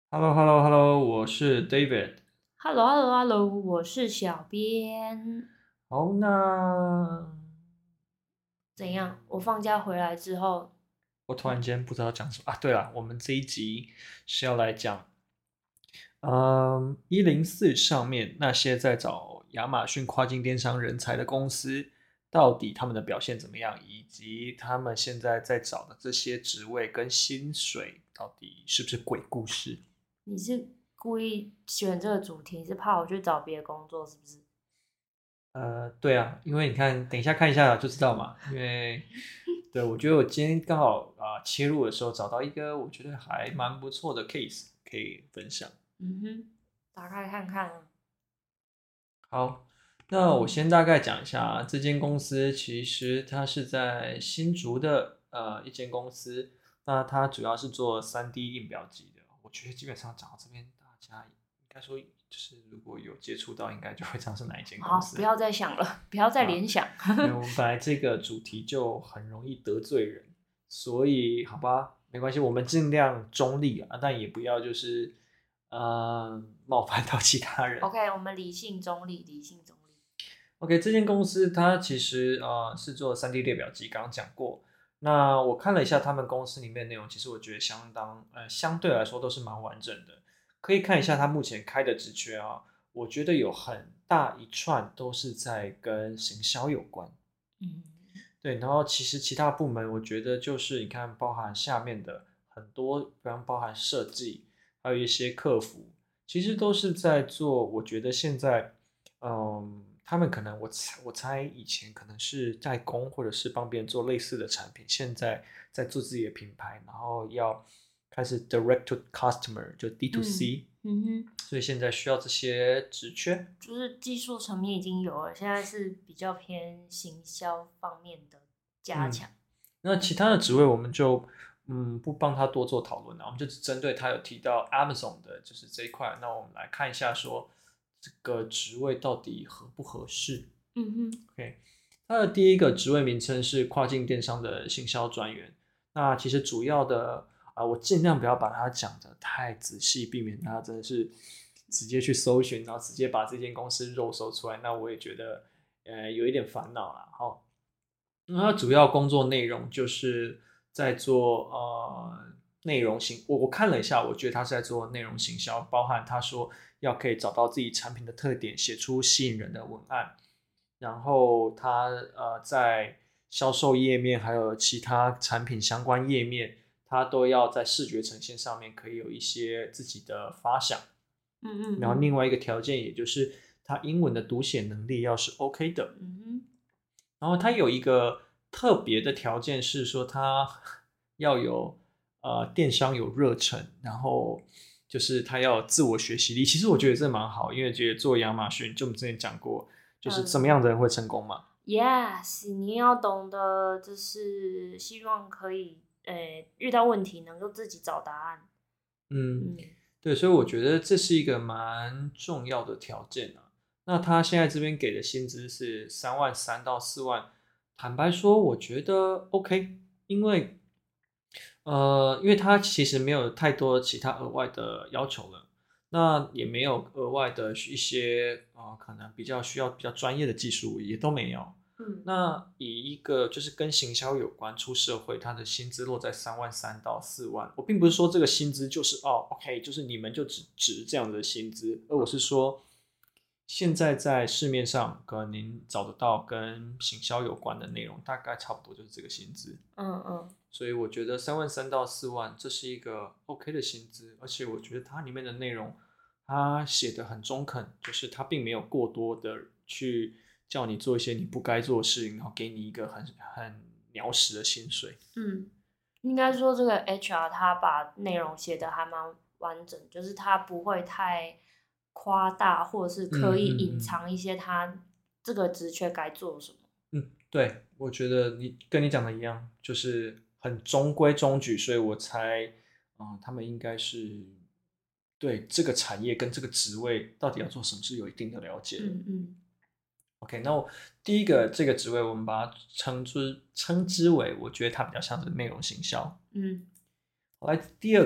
h e l l o h e l l o h e l l o 我是 David。 h e l l o h e l l o h e l l o 我是小编。 好，那怎样？我放假回来之后， 我突然间不知道讲什么啊。对了，我们这一集是要来讲，104上面那些在找亚马逊跨境电商人才的公司，到底他们的表现怎么样，以及他们现在在找的这些职位跟薪水，到底是不是鬼故事？ 你是故意选这个主题，是怕我去找别的工作，是不是？ 对啊，因为你看，等一下看一下就知道嘛。因为，对，我觉得我今天刚好切入的时候找到一个我觉得还蛮不错的 case 可以分享。 嗯哼，打开看看啊。 好，那我先大概讲一下这间公司其实它是在新竹的一间公司，那它主要是做3D 印表机的。我觉得基本上讲到这边，大家应该说就是如果有接触到，应该就会知道是哪一间公好， 司。 不要再想了，不要再啊， 联想。 因为我们本来这个主题就很容易得罪人，所以好吧，没关系，我们尽量中立啊，但也不要就是冒犯到其他人。 OK，我们理性中立，理性中立。 OK，这间公司它其实是做3D 列表机，刚刚讲过。那我看了一下他们公司里面的内容，其实我觉得相对来说都是蛮完整的。可以看一下他目前开的职缺啊，我觉得有很大一串都是在跟行销有关。 嗯对，然后其实其他部门，我觉得就是你看，包含下面的很多，比方包含设计，还有一些客服，其实都是在做。我觉得现在，他们可能我猜以前可能是代工，或者是帮别人做类似的产品，现在在做自己的品牌，然后要开始 direct to customer，就 D to 嗯 C， 嗯哼， 所以现在需要这些职缺。 就是技术层面已经有了，现在是比较偏行销方面的加嗯。 强。 那其他的职位我们就不帮他多做讨论了，我们就只针对他有提到 Amazon 的就是这一块，那我们来看一下说这个职位到底合不合适。 嗯哼， OK，它的第一个职位名称是跨境电商的行销专员。那其实主要的我尽量不要把它讲的太仔细，避免它真的是直接去搜寻，然后直接把这间公司肉搜出来，那我也觉得有一点烦恼啦。好，那它主要工作内容就是在做内容行，我看了一下，我觉得他是在做内容行销，包含他说要可以找到自己产品的特点，写出吸引人的文案，然后他在销售页面还有其他产品相关页面，他都要在视觉呈现上面可以有一些自己的发想。 嗯嗯然后另嗯外一个条件，也就是他英文的读写能力要是 OK 的。 嗯哼。 然后它有一个特别的条件是说，它要有电商有热忱，然后就是它要有自我学习力。其实我觉得这蛮好，因为觉得做亚马逊，就我们之前讲过，就是什么嗯样的人会成功嘛。 ，yes，你要懂得，就是希望可以，遇到问题能够自己找答案。 嗯， 嗯对，所以我觉得这是一个蛮重要的条件啊。那他现在这边给的薪资是3万3到4万，坦白说，我觉得 OK，因为因为他其实没有太多其他额外的要求了，那也没有额外的一些可能比较需要比较专业的技术也都没有。 嗯那以一个就是跟行销有关出社会，他的薪资落在3万3到4万。我并不是说这个薪资就是OK，就是你们就只值这样的薪资，而我是说，现在在市面上可能您找得到跟行销有关的内容，大概差不多就是这个薪资。 嗯嗯所以我觉得3万3到4万这是一个 OK 的薪资，而且我觉得它里面的内容，它写的很中肯，就是它并没有过多的去叫你做一些你不该做的事情，然后给你一个很鸟屎的薪水。 嗯，应该说这个 HR 他把内容写的还蛮完整，就是他不会太夸大，或者是刻嗯意嗯嗯隐藏一些他这个职缺该做什么。 嗯，对，我觉得跟你讲的一样，就是很中规中矩，所以我猜，他们应该是对这个产业跟这个职位到底要做什么是有一定的了解的。 嗯嗯 OK，那我第一个这个职位，我们把它称之为，我觉得它比较像是内容行销。 嗯好来，第二个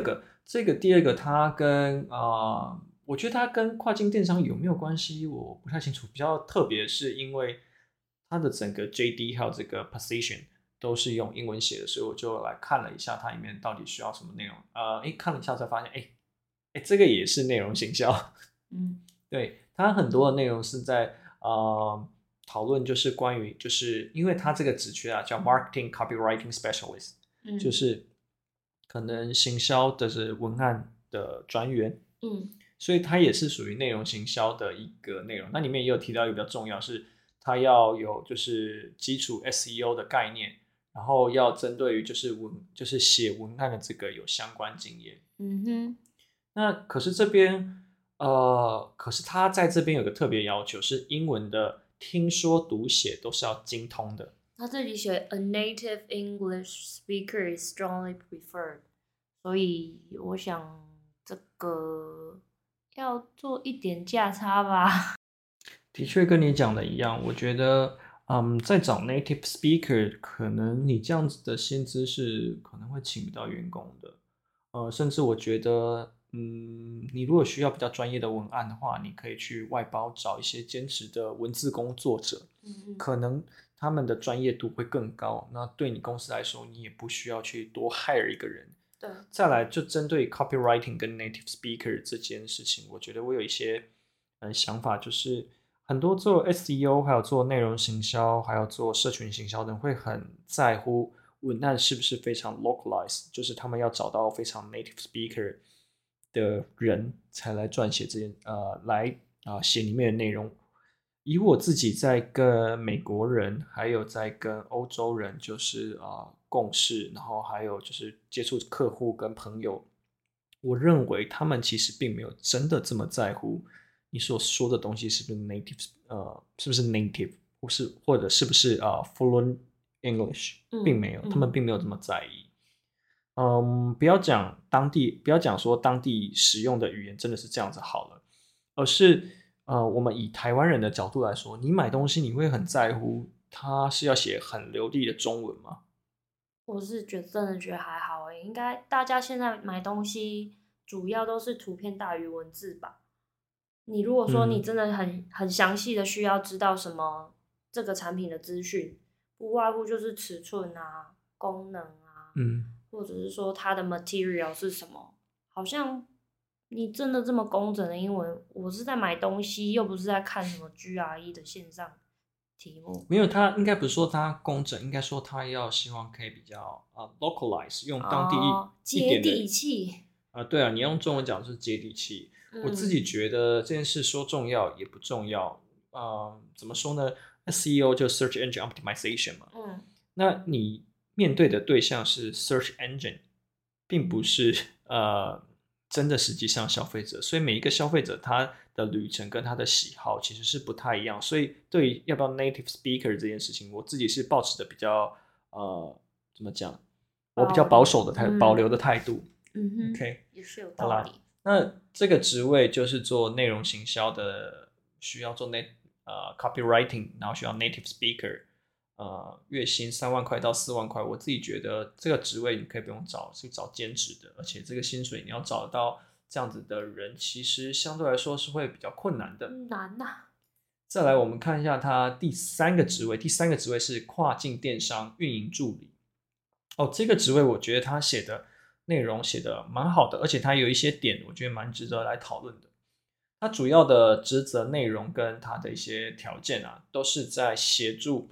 这个第二个它跟我觉得它跟跨境电商有没有关系我不太清楚，比较特别是因为它的整个 JD 还有这个 position 都是用英文写的，所以我就来看了一下它里面到底需要什么内容。看了一下才发现，这个也是内容行销。对，它很多的内容是在讨论，就是关于，就是因为它这个职缺叫 marketing copywriting specialist，就是可能行销的是文案的专员，所以它也是属于内容行销的一个内容。那里面也有提到一个比较重要是，它要有就是基础 SEO 的概念，然后要针对于就是写文案的这个有相关经验。那可是这边可是他在这边有个特别要求，是英文的听说读写都是要精通的。 他这里写 A native English speaker is strongly preferred， 所以我想这个要做一点价差吧。 的确跟你讲的一样，我觉得在找 native speaker， 可能你这样子的薪资是可能会请不到员工的。甚至我觉得你如果需要比较专业的文案的话，你可以去外包找一些兼职的文字工作者，可能他们的专业度会更高。那对你公司来说，你也不需要去多 hire 一个人。 对， 再来就针对 copywriting 跟 native speaker 这件事情，我觉得我有一些想法，就是很多做 SEO 还有做内容行销还有做社群行销的人会很在乎文案是不是非常 localized， 就是他们要找到非常 native speaker 的人才来撰写写里面的内容。以我自己在跟美国人还有在跟欧洲人就是共事，然后还有就是接触客户跟朋友，我认为他们其实并没有真的这么在乎你所说的东西是不是 native， 是不是 native， 或者是不是fluent English， 并没有，他们并没有这么在意。不要讲说当地使用的语言真的是这样子好了，而是我们以台湾人的角度来说，你买东西你会很在乎它是要写很流利的中文吗？ 我是真的觉得还好诶，应该大家现在买东西主要都是图片大于文字吧。你如果说你真的很详细的需要知道什么这个产品的资讯，不外乎就是尺寸啊、功能啊，或者是说它的 material 是什么。好像你真的这么工整的英文，我是在买东西，又不是在看什么 GRE 的线上题目。 没有，他应该不是说他工整，应该说他要希望可以比较localize， 用当地一点的接地气。 对啊，你用中文讲是接地气。我自己觉得这件事说重要也不重要。怎么说呢 ？SEO 就 Search Engine Optimization 嘛。那你面对的对象是 Search Engine， 并不是真的实际上消费者，所以每一个消费者他的旅程跟他的喜好其实是不太一样。所以对于要不要 native speaker 这件事情，我自己是抱持的比较怎么讲？我比较保守的保留的态度。OK， 也是有道理。 那这个职位就是做内容行销的，需要做copywriting， 然后需要 native speaker， 月薪3万块到4万块。我自己觉得这个职位你可以不用找，是找兼职的，而且这个薪水你要找到这样子的人，其实相对来说是会比较困难的。 难啊。 再来，我们看一下它第三个职位是跨境电商运营助理。这个职位我觉得他写的内容写的蛮好的，而且他有一些点我觉得蛮值得来讨论的。他主要的职责内容跟他的一些条件都是在协助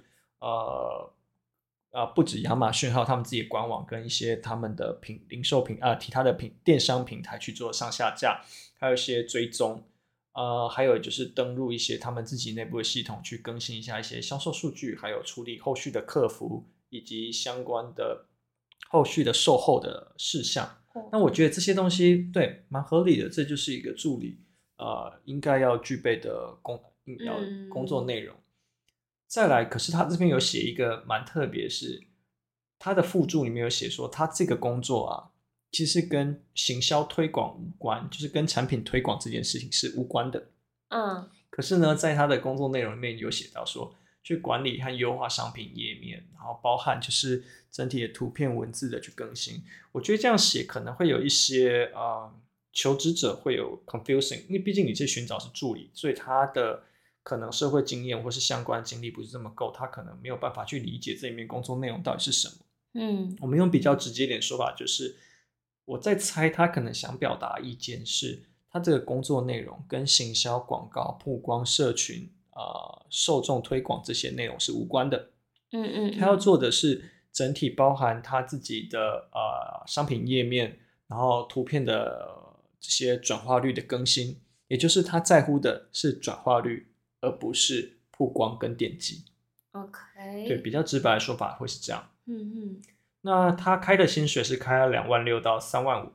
不止亚马逊，还有他们自己的官网跟一些他们的零售其他的电商平台去做上下架，还有一些追踪，还有就是登录一些他们自己内部的系统去更新一下一些销售数据，还有处理后续的客服以及相关的后续的售后的事项。那我觉得这些东西对蛮合理的，这就是一个助理应该要具备的工作内容。再来，可是他这边有写一个蛮特别，是他的附注里面有写说，他这个工作其实跟行销推广无关，就是跟产品推广这件事情是无关的。可是呢，在他的工作内容里面有写到说， 去管理和优化商品页面，然后包含就是整体的图片文字的去更新。我觉得这样写可能会有一些求职者会有 confusing， 因为毕竟你去寻找是助理，所以他的可能社会经验或是相关经历不是这么够，他可能没有办法去理解这里面工作内容到底是什么。我们用比较直接一点说法，就是我在猜他可能想表达意见是，他这个工作内容跟行销、广告、曝光、社群、受众推广这些内容是无关的。他要做的是整体包含他自己的商品页面，然后图片的这些转化率的更新，也就是他在乎的是转化率，而不是曝光跟点击。 OK， 对，比较直白的说法会是这样。 嗯那他开的薪水是开了26000到35000，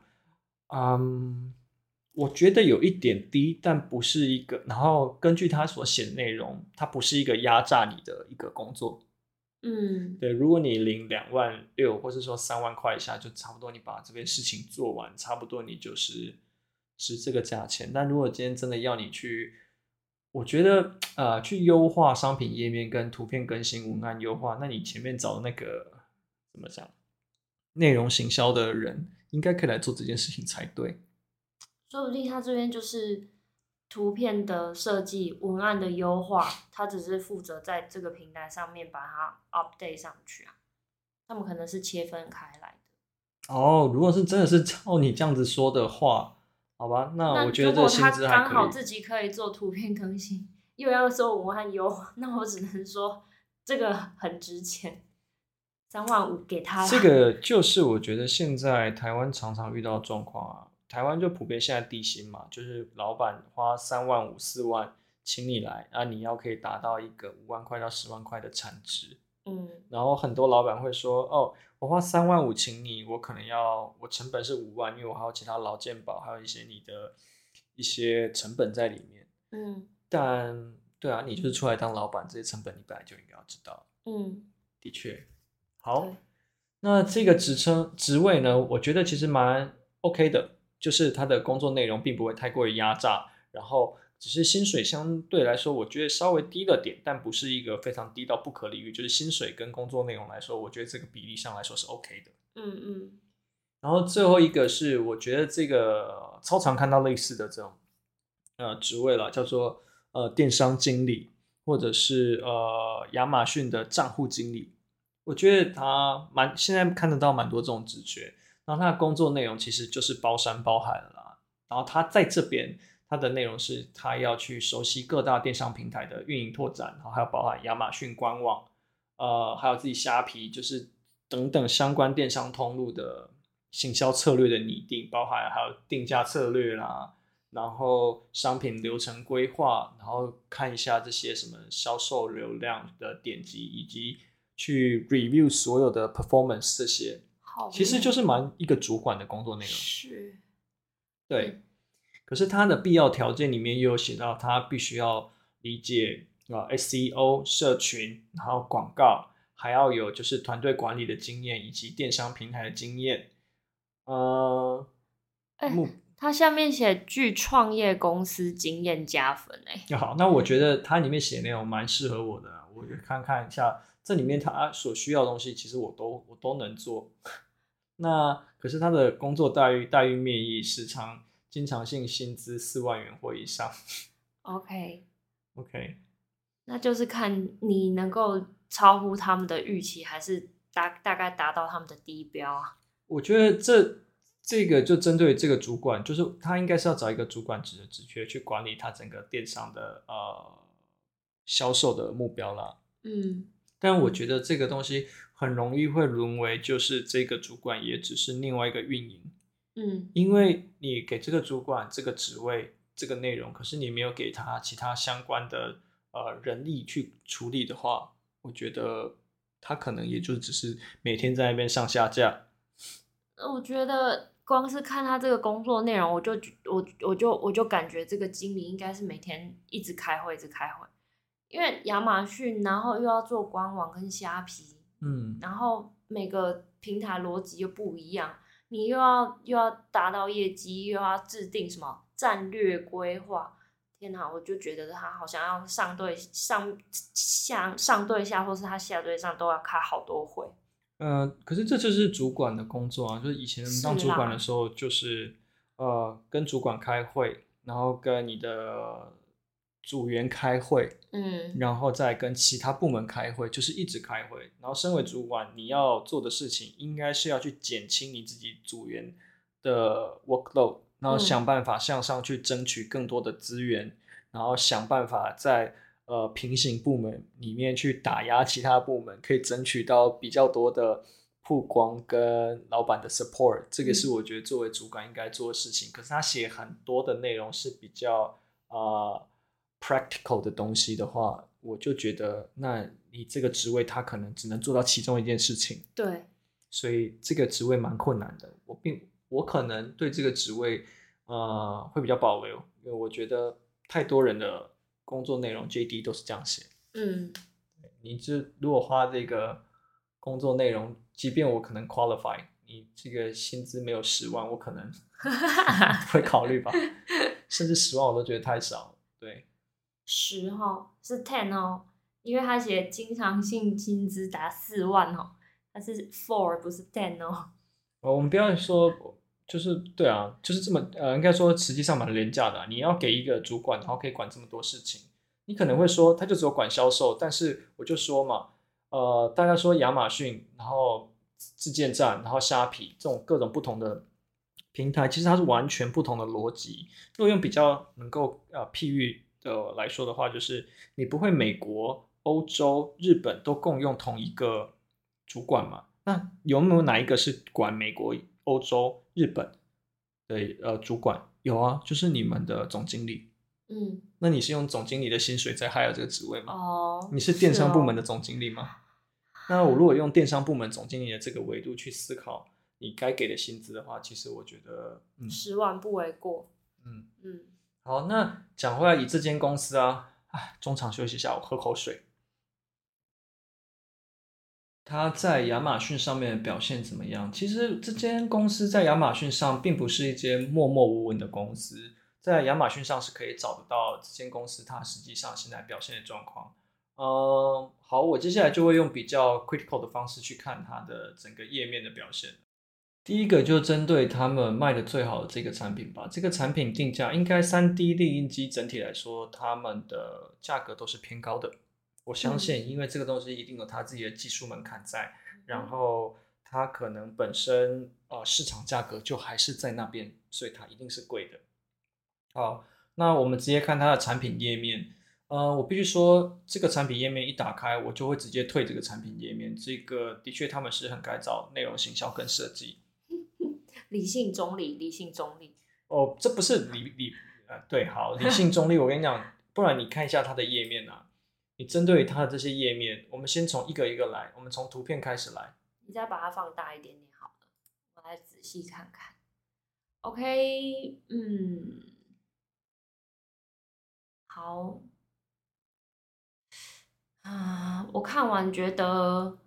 我觉得有一点低，但不是一个。然后根据他所写的内容，它不是一个压榨你的一个工作。对，如果你领26000，或是说3万块以下，就差不多你把这件事情做完，差不多你就是值这个价钱。但如果今天真的要你去，我觉得去优化商品页面跟图片更新、文案优化，那你前面找的那个怎么讲，内容行销的人，应该可以来做这件事情才对。 说不定他这边就是图片的设计、文案的优化，他只是负责在这个平台上面把它 update 上去啊。他们可能是切分开来的。 如果是真的是照你这样子说的话，好吧，那我觉得如果他这薪资还刚好可以。 自己可以做图片更新，又要做文案优化，那我只能说这个很值钱，35000给他啦。 这个就是我觉得现在台湾常常遇到的状况啊。台湾就普遍现在低薪嘛，就是老板花35000、4万请你来，你要可以达到一个5万块到10万块的产值。然后很多老板会说，我花35000请你，我可能我成本是5万，因为我还有其他劳健保，还有一些你的一些成本在里面。但对啊，你就是出来当老板，这些成本你本来就应该要知道。的确。好，那这个职位呢，我觉得其实蛮 OK 的，就是他的工作内容并不会太过于压榨，然后只是薪水相对来说，我觉得稍微低了点，但不是一个非常低到不可理喻，就是薪水跟工作内容来说，我觉得这个比例上来说是 OK 的。然后最后一个是，我觉得这个超常看到类似的这种职位了，叫做电商经理，或者是亚马逊的账户经理。我觉得他现在看得到蛮多这种职缺，然后他的工作内容其实就是包山包海了啦。然后他在这边，他的内容是他要去熟悉各大电商平台的运营拓展，然后还有包含亚马逊官网，还有自己虾皮，就是等等相关电商通路的行销策略的拟定，包含还有定价策略啦，然后商品流程规划，然后看一下这些什么销售流量的点击，以及去 review 所有的 performance 这些，其实就是蛮一个主管的工作内容。 是， 对。可是他的必要条件里面又有写到，他必须要理解SEO 社群，然后广告，还要有就是团队管理的经验，以及电商平台的经验。 他下面写具创业公司经验加分好，那我觉得它里面写的内容蛮适合我的，我看一下这里面他所需要的东西，其实我都能做。那可是他的工作待遇面议，时常经常性薪资4万元或以上。 OK， 那就是看你能够超乎他们的预期，还是大概达到他们的低标啊。 我觉得这个就针对这个主管，就是他应该是要找一个主管职的职缺去管理他整个电商的销售的目标啦。但我觉得这个东西很容易会沦为就是这个主管也只是另外一个运营。因为你给这个主管这个职位这个内容，可是你没有给他其他相关的人力去处理的话，我觉得他可能也就只是每天在那边上下架。 我觉得光是看他这个工作内容，我就感觉这个经理应该是每天一直开会，因为亚马逊，然后又要做官网跟虾皮，然后每个平台逻辑又不一样，你又要达到业绩，又要制定什么战略规划， 天哪，我就觉得他好像要上对下，或是他下对上都要开好多会。 可是这就是主管的工作啊，就是以前当主管的时候，就是跟主管开会，然后跟你的组员开会，然后再跟其他部门开会，就是一直开会。然后身为主管，你要做的事情应该是要去减轻你自己组员的 workload，然后想办法向上去争取更多的资源，然后想办法在平行部门里面去打压其他部门，可以争取到比较多的曝光跟老板的 support， 这个是我觉得作为主管应该做的事情。可是他写很多的内容是比较practical 的东西的话，我就觉得那你这个职位他可能只能做到其中一件事情。 对， 所以这个职位蛮困难的。我可能对这个职位会比较保留，因为我觉得太多人的工作内容 JD 都是这样写。你如果花这个工作内容，即便我可能 qualify， 你这个薪资没有10万，我可能不会考虑吧，甚至10万我都觉得太少。对 10是 10因为他写经常性薪资达4万它是 4不是10 我们不要说，就是对啊，就是这么应该说实际上蛮廉价的你要给一个主管，然后可以管这么多事情，你可能会说他就只有管销售，但是我就说嘛，大家说亚马逊，然后自建站，然后虾皮这种各种不同的平台，其实它是完全不同的逻辑。如果用比较能够譬喻的来说的话，就是你不会美国、欧洲、日本都共用同一个主管嘛？那有没有哪一个是管美国、欧洲、日本的主管？有啊，就是你们的总经理。那你是用总经理的薪水在 hire 这个职位吗？你是电商部门的总经理吗？那我如果用电商部门总经理的这个维度去思考你该给的薪资的话，其实我觉得 10万不为过。 好，那讲回来，以这间公司啊，中场休息一下，我喝口水。它在亚马逊上面的表现怎么样？其实这间公司在亚马逊上并不是一间默默无闻的公司，在亚马逊上是可以找得到这间公司它实际上现在表现的状况。好，我接下来就会用比较 critical 的方式去看它的整个页面的表现。第一个就针对他们卖的最好的这个产品吧，这个产品定价应该 3D 列印机整体来说，他们的价格都是偏高的。我相信，因为这个东西一定有它自己的技术门槛在，然后它可能本身市场价格就还是在那边，所以它一定是贵的。好，那我们直接看它的产品页面。我必须说，这个产品页面一打开，我就会直接退这个产品页面。这个的确他们是很改造内容行销跟设计。 理性中立，理性中立。 这不是对，好，理性中立。我跟你讲，不然你看一下它的页面啊。你针对它的这些页面，我们先从一个一个来，我们从图片开始来。 你再把它放大一点点好了，我来仔细看看。OK，好。我看完觉得，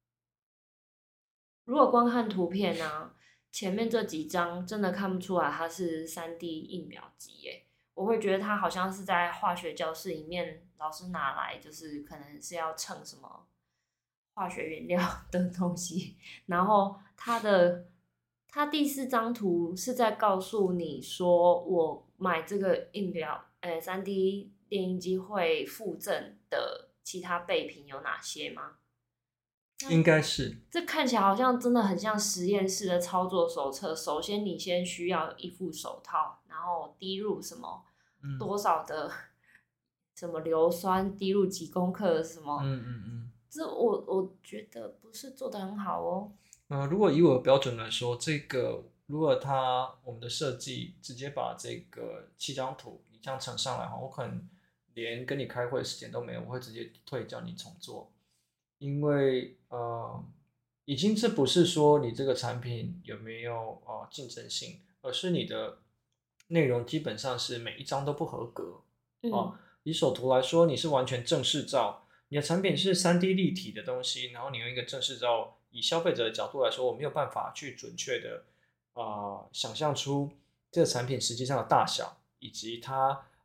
如果光看图片啊，前面这几张真的看不出来它是3D 印表机耶。我会觉得它好像是在化学教室里面，老师拿来就是可能是要称什么化学原料的东西。然后它第4张图是在告诉你说，我买这个3D 列印机会附赠的其他备品有哪些吗？ 应该是。 这看起来好像真的很像实验室的操作手册。首先，你先需要一副手套，然后滴入什么多少的什么硫酸，滴入几公克的什么。这我觉得不是做的很好哦。 如果以我的标准来说，这个如果我们的设计直接把这个7张图你这样呈上来的话，我可能连跟你开会的时间都没有，我会直接退叫你重做。因为已经这不是说你这个产品有没有竞争性，而是你的内容基本上是每一张都不合格。以手图来说，你是完全正视照，你的产品是3D 立体的东西，然后你用一个正视照，以消费者的角度来说，我没有办法去准确的想象出这个产品实际上的大小，以及它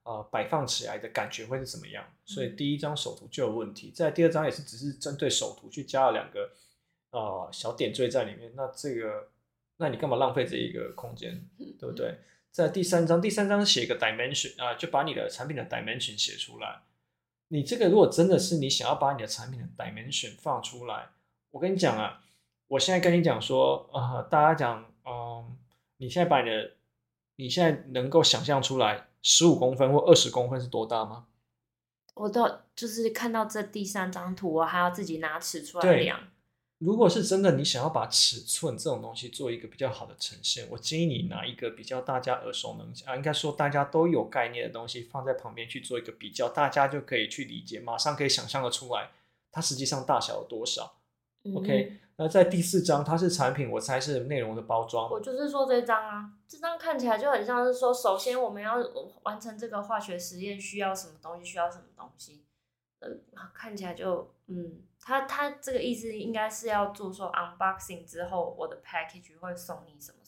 摆放起来的感觉会是怎么样，所以第一张手图就有问题。再第二张也是只是针对手图去加了2个小点缀在里面，那你干嘛浪费这一个空间，对不对？在第三章写一个 dimension 就把你的产品的 dimension 写出来。你这个如果真的是你想要把你的产品的 dimension 放出来，我跟你讲啊，我现在跟你讲说大家讲你现在能够想象出来15公分或20公分是多大吗？ 我都就是看到这第3张图，我还要自己拿尺出来量。 如果是真的你想要把尺寸这种东西做一个比较好的呈现，我建议你拿一个比较大家耳熟能详应该说大家都有概念的东西放在旁边去做一个比较，大家就可以去理解，马上可以想象的出来它实际上大小有多少。OK， 那在第4章它是产品，我猜是内容的包装。 我就是说这张啊，这张看起来就很像是说，首先我们要完成这个化学实验需要什么东西，看起来就他这个意思应该是要做说 unboxing 之后，我的 package 会送你什么。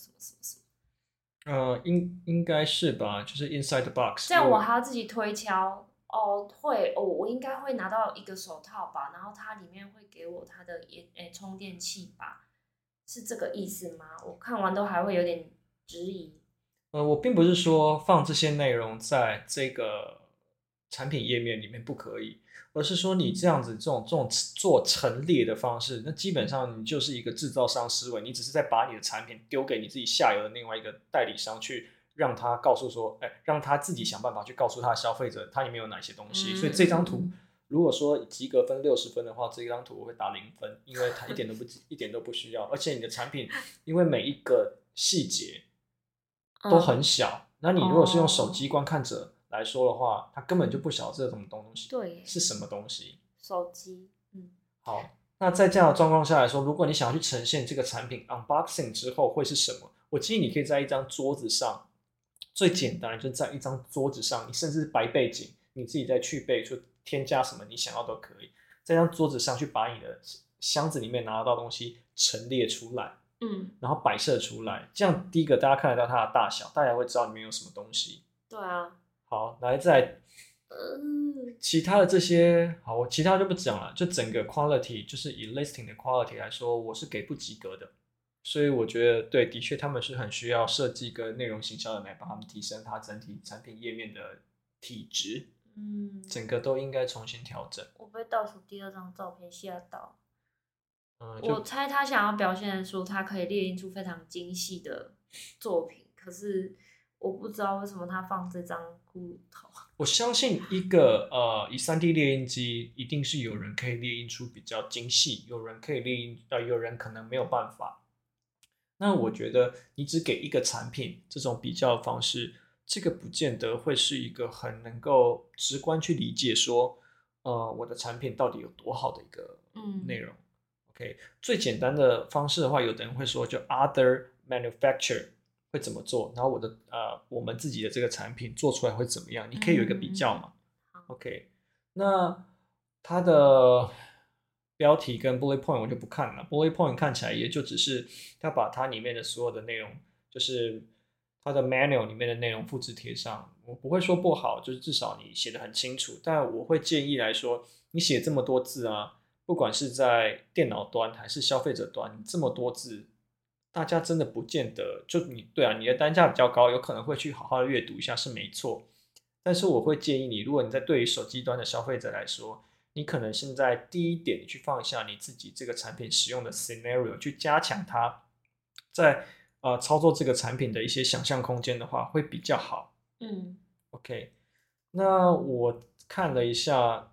应该是吧，就是 inside the box。 这样我还要自己推敲。我应该会拿到一个手套吧，然后它里面会给我它的充电器吧，是这个意思吗？我看完都还会有点质疑。 我并不是说放这些内容在这个产品页面里面不可以，而是说你这样子这种做陈列的方式，那基本上你就是一个制造商思维，你只是在把你的产品丢给你自己下游的另外一个代理商去让他告诉说，让他自己想办法去告诉他的消费者它里面有哪些东西。所以这张图如果说及格分60分的话，这张图我会打0分，因为它一点都不需要，而且你的产品因为每一个细节都很小，那你如果是用手机观看者来说的话，他根本就不晓得这是什么东西， 对， 是什么东西。 手机， 好，那在这样的状况下来说，如果你想要去呈现这个产品 unboxing 之后会是什么，我建议你可以在一张桌子上，最简单的就是在一张桌子上，你甚至是白背景，你自己再去背出添加什么你想要都可以，在一张桌子上去把你的箱子里面拿得到东西陈列出来。然后摆设出来，这样第一个大家看得到它的大小，大家会知道里面有什么东西。 对啊。 好，来再其他的这些，好，我其他就不讲了。就整个 quality， 就是以 listing 的 quality 来说，我是给不及格的。所以我觉得，对，的确他们是很需要设计跟内容行销的来帮他们提升它整体产品页面的体质。整个都应该重新调整。 我被倒数第2张照片吓到。我猜他想要表现出他可以列印出非常精细的作品，可是我不知道为什么他放这张骷髅头。 我相信一个以 3D 列印机一定是有人可以列印出比较精细，有人可以列印有人可能没有办法。那我觉得你只给一个产品这种比较的方式，这个不见得会是一个很能够直观去理解说我的产品到底有多好的一个内容。OK， 最简单的方式的话，有的人会说就 other manufacturer 会怎么做，然后我们自己的这个产品做出来会怎么样，你可以有一个比较嘛。OK， 那它的标题跟 bullet point 我就不看了， bullet point 看起来也就只是它把它里面的所有的内容，就是它的 manual 里面的内容复制贴上。我不会说不好，就是至少你写得很清楚，但我会建议来说，你写这么多字啊，不管是在电脑端还是消费者端，你这么多字，大家真的不见得就你的单价比较高，有可能会去好好的阅读一下是没错。但是我会建议你，如果你在对于手机端的消费者来说，你可能现在第一点，你去放一下你自己这个产品使用的 scenario， 去加强它在操作这个产品的一些想象空间的话，会比较好。OK， 那我看了一下。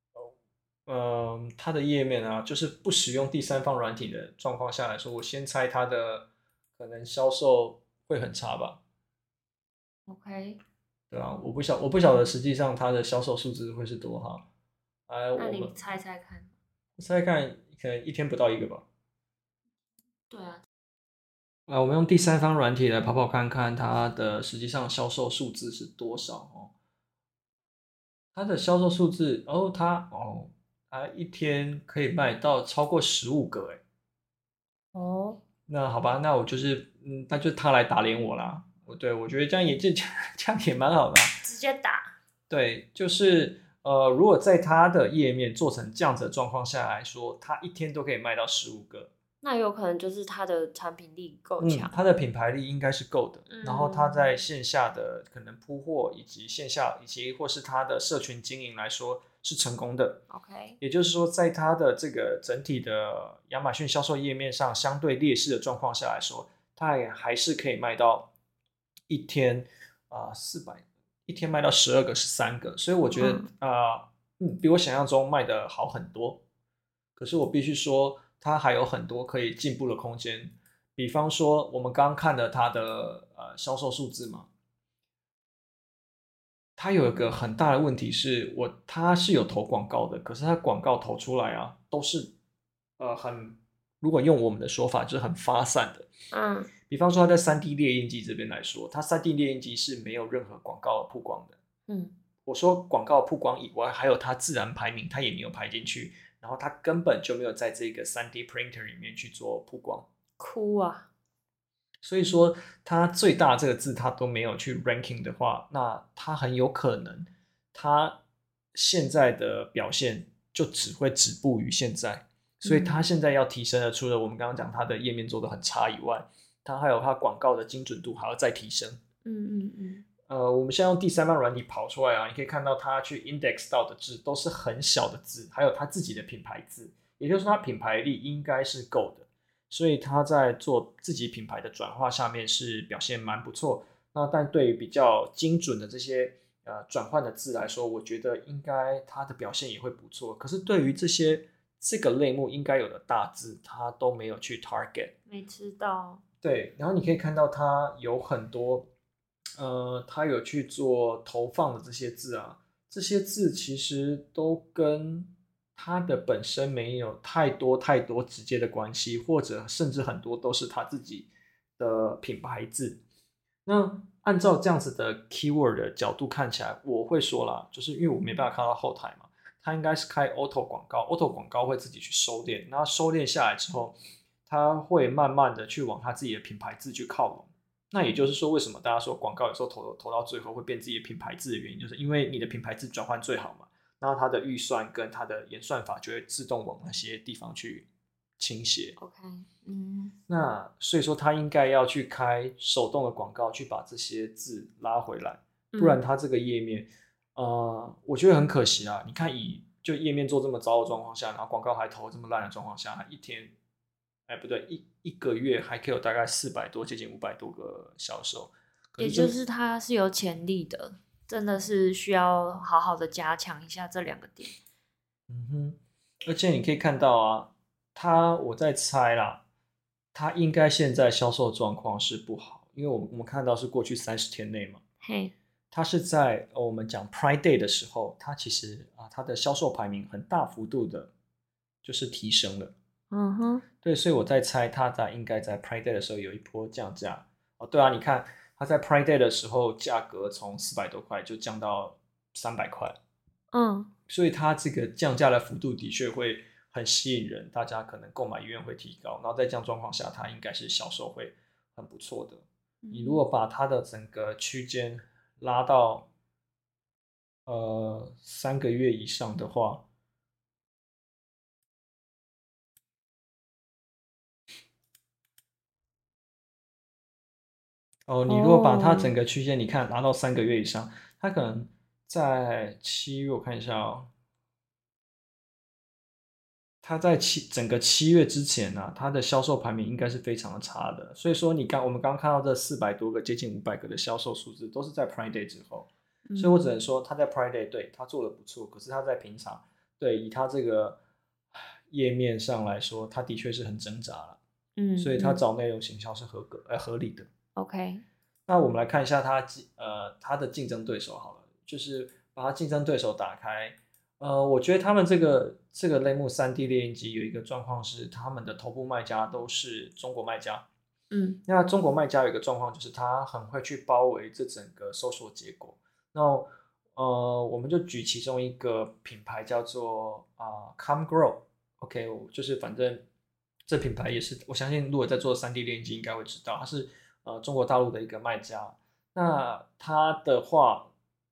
它的页面啊，就是不使用第三方软体的状况下来说，我先猜它的可能销售会很差吧。 OK， 对啊，我不晓得实际上它的销售数字会是多好。 那你猜猜看。 猜看，可能1天不到1个吧。 对啊。 我们用第三方软体来跑看看它的实际上销售数字是多少哦。它的销售数字它一天可以卖到超过15个那好吧，那我就是那就他来打脸我啦。我觉得这样也蛮好的。 直接打。 对，就是如果在它的页面做成这样子的状况下来说，它一天都可以卖到15个。 那有可能就是它的产品力够强， 它的品牌力应该是够的。然后它在嗯线下的可能铺货以及线下以及或是它的社群经营来说是成功的。 ，OK， 也就是说，在它的这个整体的亚马逊销售页面上相对劣势的状况下来说，它也还是可以卖到一天400，一天卖到12个、13个。所以我觉得比我想象中卖的好很多。可是我必须说，它还有很多可以进步的空间。比方说，我们刚刚看的它的销售数字嘛，它有一个很大的问题是，它是有投广告的，可是它广告投出来啊，都是如果用我们的说法，就是很发散的。 嗯比方说，它在3D 列印机这边来说，它3D 列印机是没有任何广告曝光的。 嗯， 我说广告曝光以外，还有它自然排名，它也没有排进去，然后它根本就没有在这个3D printer 里面去做曝光。 哭啊， 所以说，它最大这个字它都没有去 ranking 的话，那它很有可能，它现在的表现就只会止步于现在。所以它现在要提升的，除了我们刚刚讲它的页面做的很差以外，它还有它广告的精准度还要再提升。我们现在用第三方软体跑出来啊，你可以看到它去 index 到的字都是很小的字，还有它自己的品牌字，也就是说它品牌力应该是够的。所以他在做自己品牌的转化下面是表现蛮不错。那但对于比较精准的这些转换的字来说，我觉得应该他的表现也会不错。可是对于这个类目应该有的大字，他都没有去 target。 没吃到， 对，然后你可以看到他有很多他有去做投放的这些字啊，这些字其实都跟它的本身没有太多直接的关系，或者甚至很多都是他自己的品牌字。那按照这样子的 keyword 的角度看起来，我会说啦，就是因为我没办法看到后台嘛，它应该是开 auto 广告，auto 广告会自己去收敛，那收敛下来之后，它会慢慢的去往它自己的品牌字去靠拢。那也就是说，为什么大家说广告有时候投到最后会变自己的品牌字的原因，就是因为你的品牌字转换最好嘛，那它的预算跟它的演算法就会自动往那些地方去倾斜。 OK， 那所以说它应该要去开手动的广告，去把这些字拉回来，不然它这个页面，我觉得很可惜啊。你看就页面做这么糟的状况下，然后广告还投这么烂的状况下，它一天，哎不对，一个月还可以有大概400多，接近500多个销售， 也就是它是有潜力的，真的是需要好好的加强一下这2个点。 而且你可以看到啊，我在猜啦，它应该现在销售状况是不好，因为我们看到是过去30天内嘛， 嘿， 它是在我们讲 Prime Day 的时候，它其实它的销售排名很大幅度的，就是提升了。对，所以我在猜应该在 Prime Day 的时候有一波降价。对啊，你看它在 Prime Day 的时候价格从400多块就降到300块。所以它这个降价的幅度的确会很吸引人，大家可能购买意愿会提高，然后在这样状况下，它应该是销售会很不错的。你如果把它的整个区间拉到3个月以上的话，你如果把它整个区间，你看拿到3个月以上，它可能在7月，我看一下哦，它在整个7月之前呢、它的销售排名应该是非常的差的。所以说，我们刚刚看到这400多个，接近500个的销售数字，都是在 Prime Day 之后。所以我只能说，它在 Prime Day 对它做的不错，可是它在平常，对以它这个页面上来说，它的确是很挣扎了。所以它找内容行销是合理的。 OK， 那我们来看一下它的竞争对手好了，就是把它竞争对手打开。我觉得他们这个类目3D 猎鹰机有一个状况是，他们的头部卖家都是中国卖家。那中国卖家有一个状况就是，他很会去包围这整个搜索结果。那我们就举其中一个品牌叫做Come Grow。OK，就是反正这品牌也是，我相信如果在做3D 猎鹰机应该会知道，它是中国大陆的一个卖家。那它的话，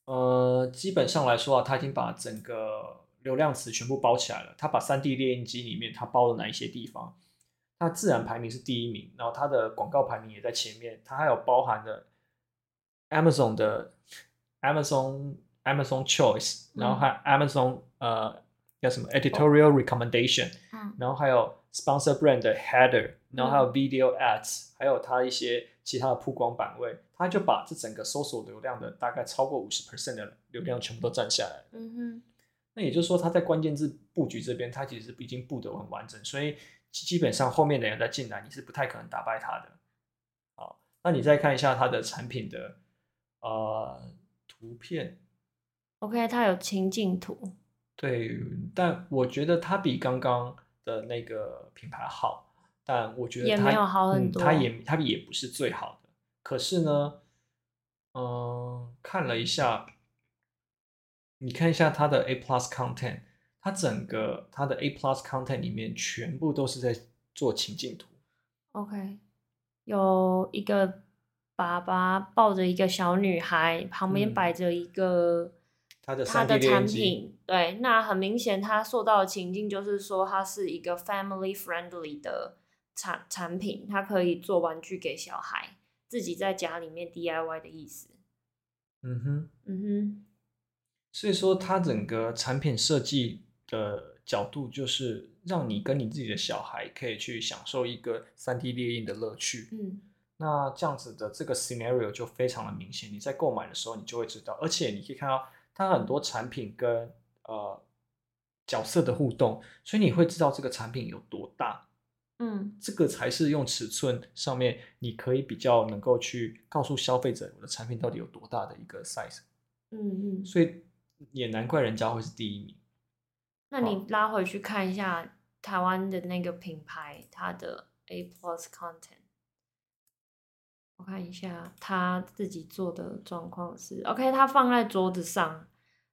基本上来说啊，它已经把整个流量池全部包起来了。它把3D 列印机里面它包了哪一些地方？它自然排名是第1名，然后它的广告排名也在前面。它还有包含了 Amazon 的 Amazon Choice，然后还 Amazon 叫什么 Editorial Recommendation，然后还有 Sponsor Brand 的 Header，然后还有 Video Ads，还有它一些其他的曝光版位，它就把这整个搜索流量的大概超过50% 的流量全部都占下来。那也就是说，它在关键字布局这边，它其实已经布得很完整，所以基本上后面的人再进来，你是不太可能打败它的。好，那你再看一下它的产品的图片。 OK， 它有情境图。 对，但我觉得它比刚刚的那个品牌好，但我觉得也没有好很多。 它也不是最好的。可是呢，看了一下，你看一下它的 A Plus Content，它的 A Plus Content 里面全部都是在做情境图。 OK， 有一个爸爸抱着一个小女孩，旁边摆着一个它的他 3D 的列印机。 产品。对，那很明显，他塑造的情境就是说，它是一个 family friendly 的产品，它可以做玩具给小孩，自己在家里面 DIY 的意思。 所以说，它整个产品设计的角度，就是让你跟你自己的小孩可以去享受一个3D 列印的乐趣。那这样子的这个 scenario 就非常的明显，你在购买的时候你就会知道，而且你可以看到它很多产品跟角色的互动，所以你会知道这个产品有多大。这个才是用尺寸上面你可以比较能够去告诉消费者我的产品到底有多大的一个 size。所以也难怪人家会是第1名。 那你拉回去看一下台湾的那个品牌，它的 A Plus Content， 我看一下他自己做的状况是 OK， 他放在桌子上，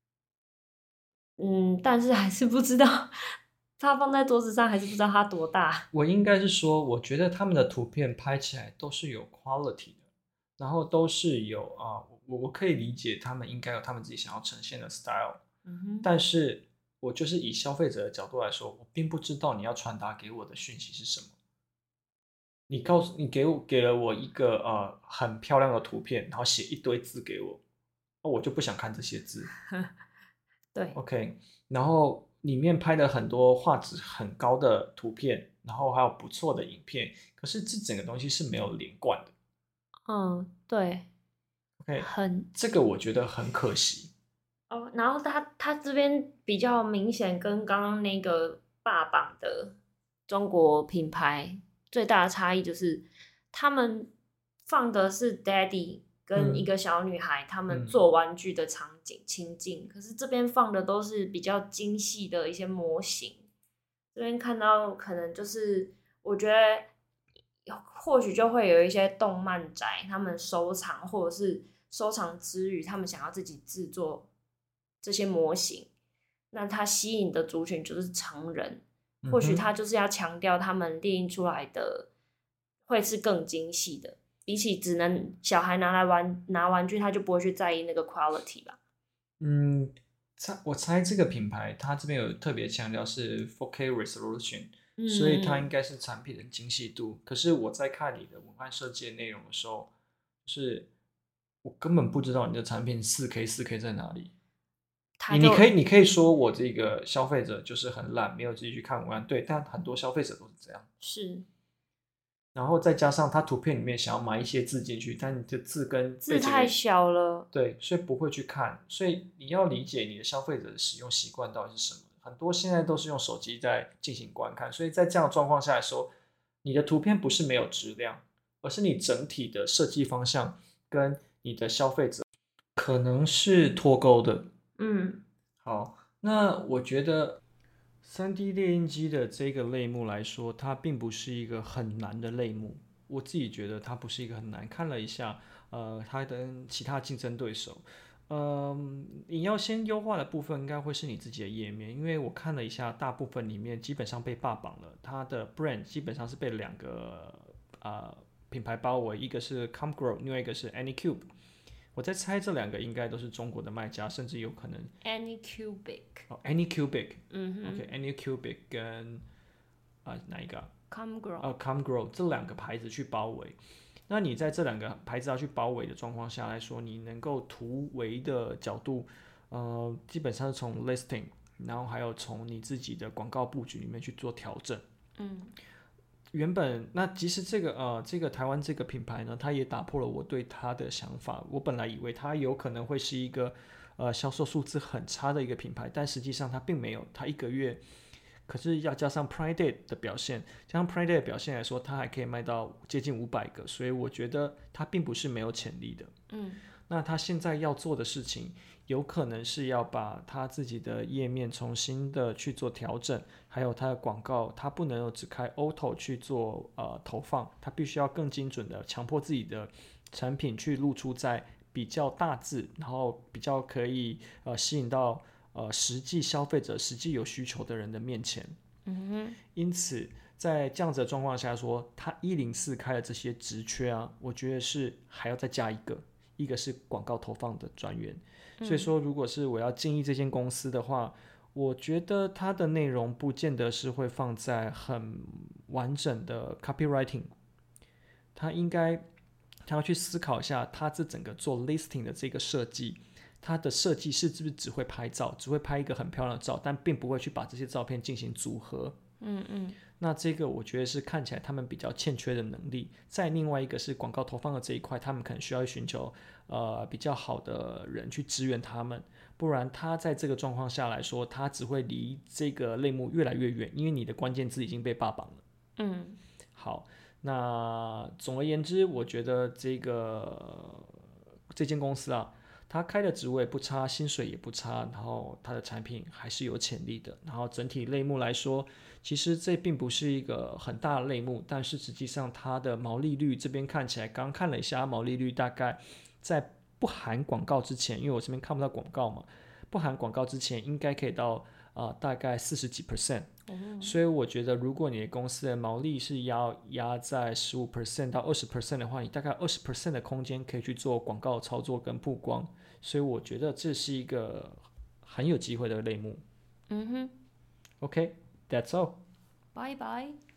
但是还是不知道他放在桌子上，还是不知道它多大。 我应该是说，我觉得他们的图片拍起来都是有 quality 的，然后都是有我可以理解他们应该有他们自己想要呈现的 style，但是我就是以消费者的角度来说，我并不知道你要传达给我的讯息是什么。你给了我一个很漂亮的图片，然后写一堆字给我，我就不想看这些字。 对 OK，然后里面拍了很多画质很高的图片，然后还有不错的影片，可是这整个东西是没有连贯的。 对 OK， 很这个我觉得很可惜。 然后他这边比较明显，跟刚刚那个霸榜的中国品牌最大的差异就是，他们放的是 daddy 跟一个小女孩他们做玩具的场景情境，可是这边放的都是比较精细的一些模型。这边看到可能就是我觉得或许就会有一些动漫宅他们收藏，或者是收藏之余他们想要自己制作这些模型，那它吸引的族群就是成人，或许他就是要强调他们列印出来的会是更精细的，比起只能小孩拿玩具，他就不会去在意那个 quality 吧。 我猜这个品牌它这边有特别强调是 4K resolution，所以它应该是产品的精细度。可是我在看你的文案设计的内容的时候，就是我根本不知道你的产品4K 在哪里。你可以说我这个消费者就是很懒，没有自己去看文案，对，但很多消费者都是这样。 是。 然后再加上它图片里面想要埋一些字进去，但你的字跟字太小了， 对，所以不会去看。所以你要理解你的消费者的使用习惯到底是什么。很多现在都是用手机在进行观看，所以在这样的状况下来说，你的图片不是没有质量，而是你整体的设计方向跟你的消费者可能是脱钩的。好，那我觉得3D 列印机的这个类目来说，它并不是一个很难的类目。我自己觉得它不是一个很难。看了一下，它跟其他竞争对手，你要先优化的部分应该会是你自己的页面，因为我看了一下，大部分里面基本上被霸榜了。它的 brand 基本上是被2个品牌包围，一个是 ComGrow，另外一个是 Anycube。 我在猜这2个应该都是中国的卖家，甚至有可能 Anycubic， Anycubic 跟哪一个 Comgrow， Comgrow 这2个牌子去包围。那你在这2个牌子要去包围的状况下来说，你能够突围的角度，基本上是从 listing， 然后还有从你自己的广告布局里面去做调整。原本那其实这个台湾这个品牌呢，它也打破了我对它的想法。我本来以为它有可能会是一个销售数字很差的一个品牌，但实际上它并没有。它1个月，可是要加上 Prime Day 的表现，加上 Prime Day 的表现来说，它还可以卖到接近500个，所以我觉得它并不是没有潜力的。那他现在要做的事情，有可能是要把他自己的页面重新的去做调整，还有他的广告，他不能只开 Auto 去做投放，他必须要更精准的强迫自己的产品去露出在比较大字，然后比较可以吸引到实际消费者、实际有需求的人的面前。因此在这样子的状况下说，他104开的这些职缺啊，我觉得是还要再加一个是广告投放的专员。所以说如果是我要建议这间公司的话，我觉得它的内容不见得是会放在很完整的 copywriting， 它要去思考一下它这整个做 listing 的这个设计，它的设计是不是只会拍照，只会拍一个很漂亮的照，但并不会去把这些照片进行组合。那这个我觉得是看起来他们比较欠缺的能力。再另外一个是广告投放的这一块，他们可能需要寻求比较好的人去支援他们，不然他在这个状况下来说，他只会离这个类目越来越远，因为你的关键字已经被霸榜了。好，那总而言之，我觉得这间公司啊，他开的职位不差，薪水也不差，然后他的产品还是有潜力的。然后整体类目来说，其实这并不是一个很大的类目，但是实际上它的毛利率这边看起来，刚看了一下，毛利率大概在不含广告之前，因为我这边看不到广告嘛，不含广告之前应该可以到大概40几%。所以我觉得，如果你的公司的毛利是压在15%到20% 的话，你大概20% 的空间可以去做广告操作跟曝光。所以我觉得这是一个很有机会的类目。OK，that's all。 拜拜。